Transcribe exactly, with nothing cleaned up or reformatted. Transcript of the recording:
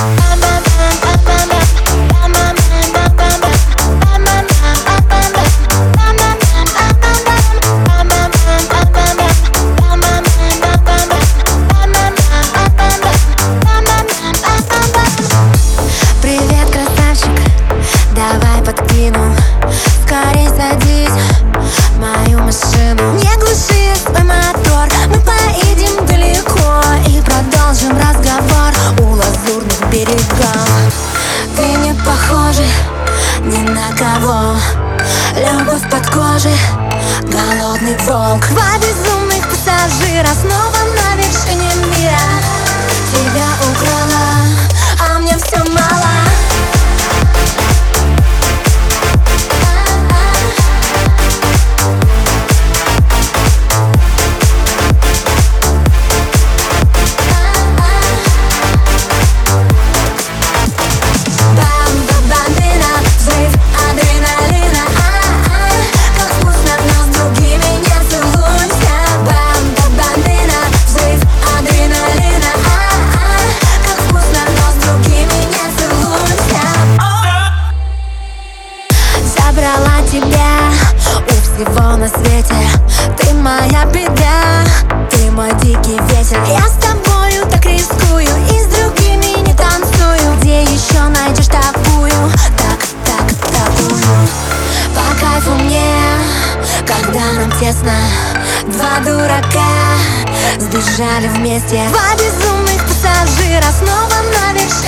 Привет, красавчик, давай подкину. Скорей садись в мою машину. Не глуши свой мотор, мы поедем далеко и продолжим разговор у лазурных берегов. Ты не похожа ни на кого, любовь под кожей, голодный волк. Два безумных пассажира снова на вершине мира. Тебя украла, а мне все мало. Забрала тебя у всего на свете. Ты моя беда, ты мой дикий ветер. Я с тобою так рискую и с другими не танцую. Где еще найдешь такую, так, так, такую? По кайфу мне, когда нам тесно. Два дурака сбежали вместе. Два безумных пассажира снова на вершине.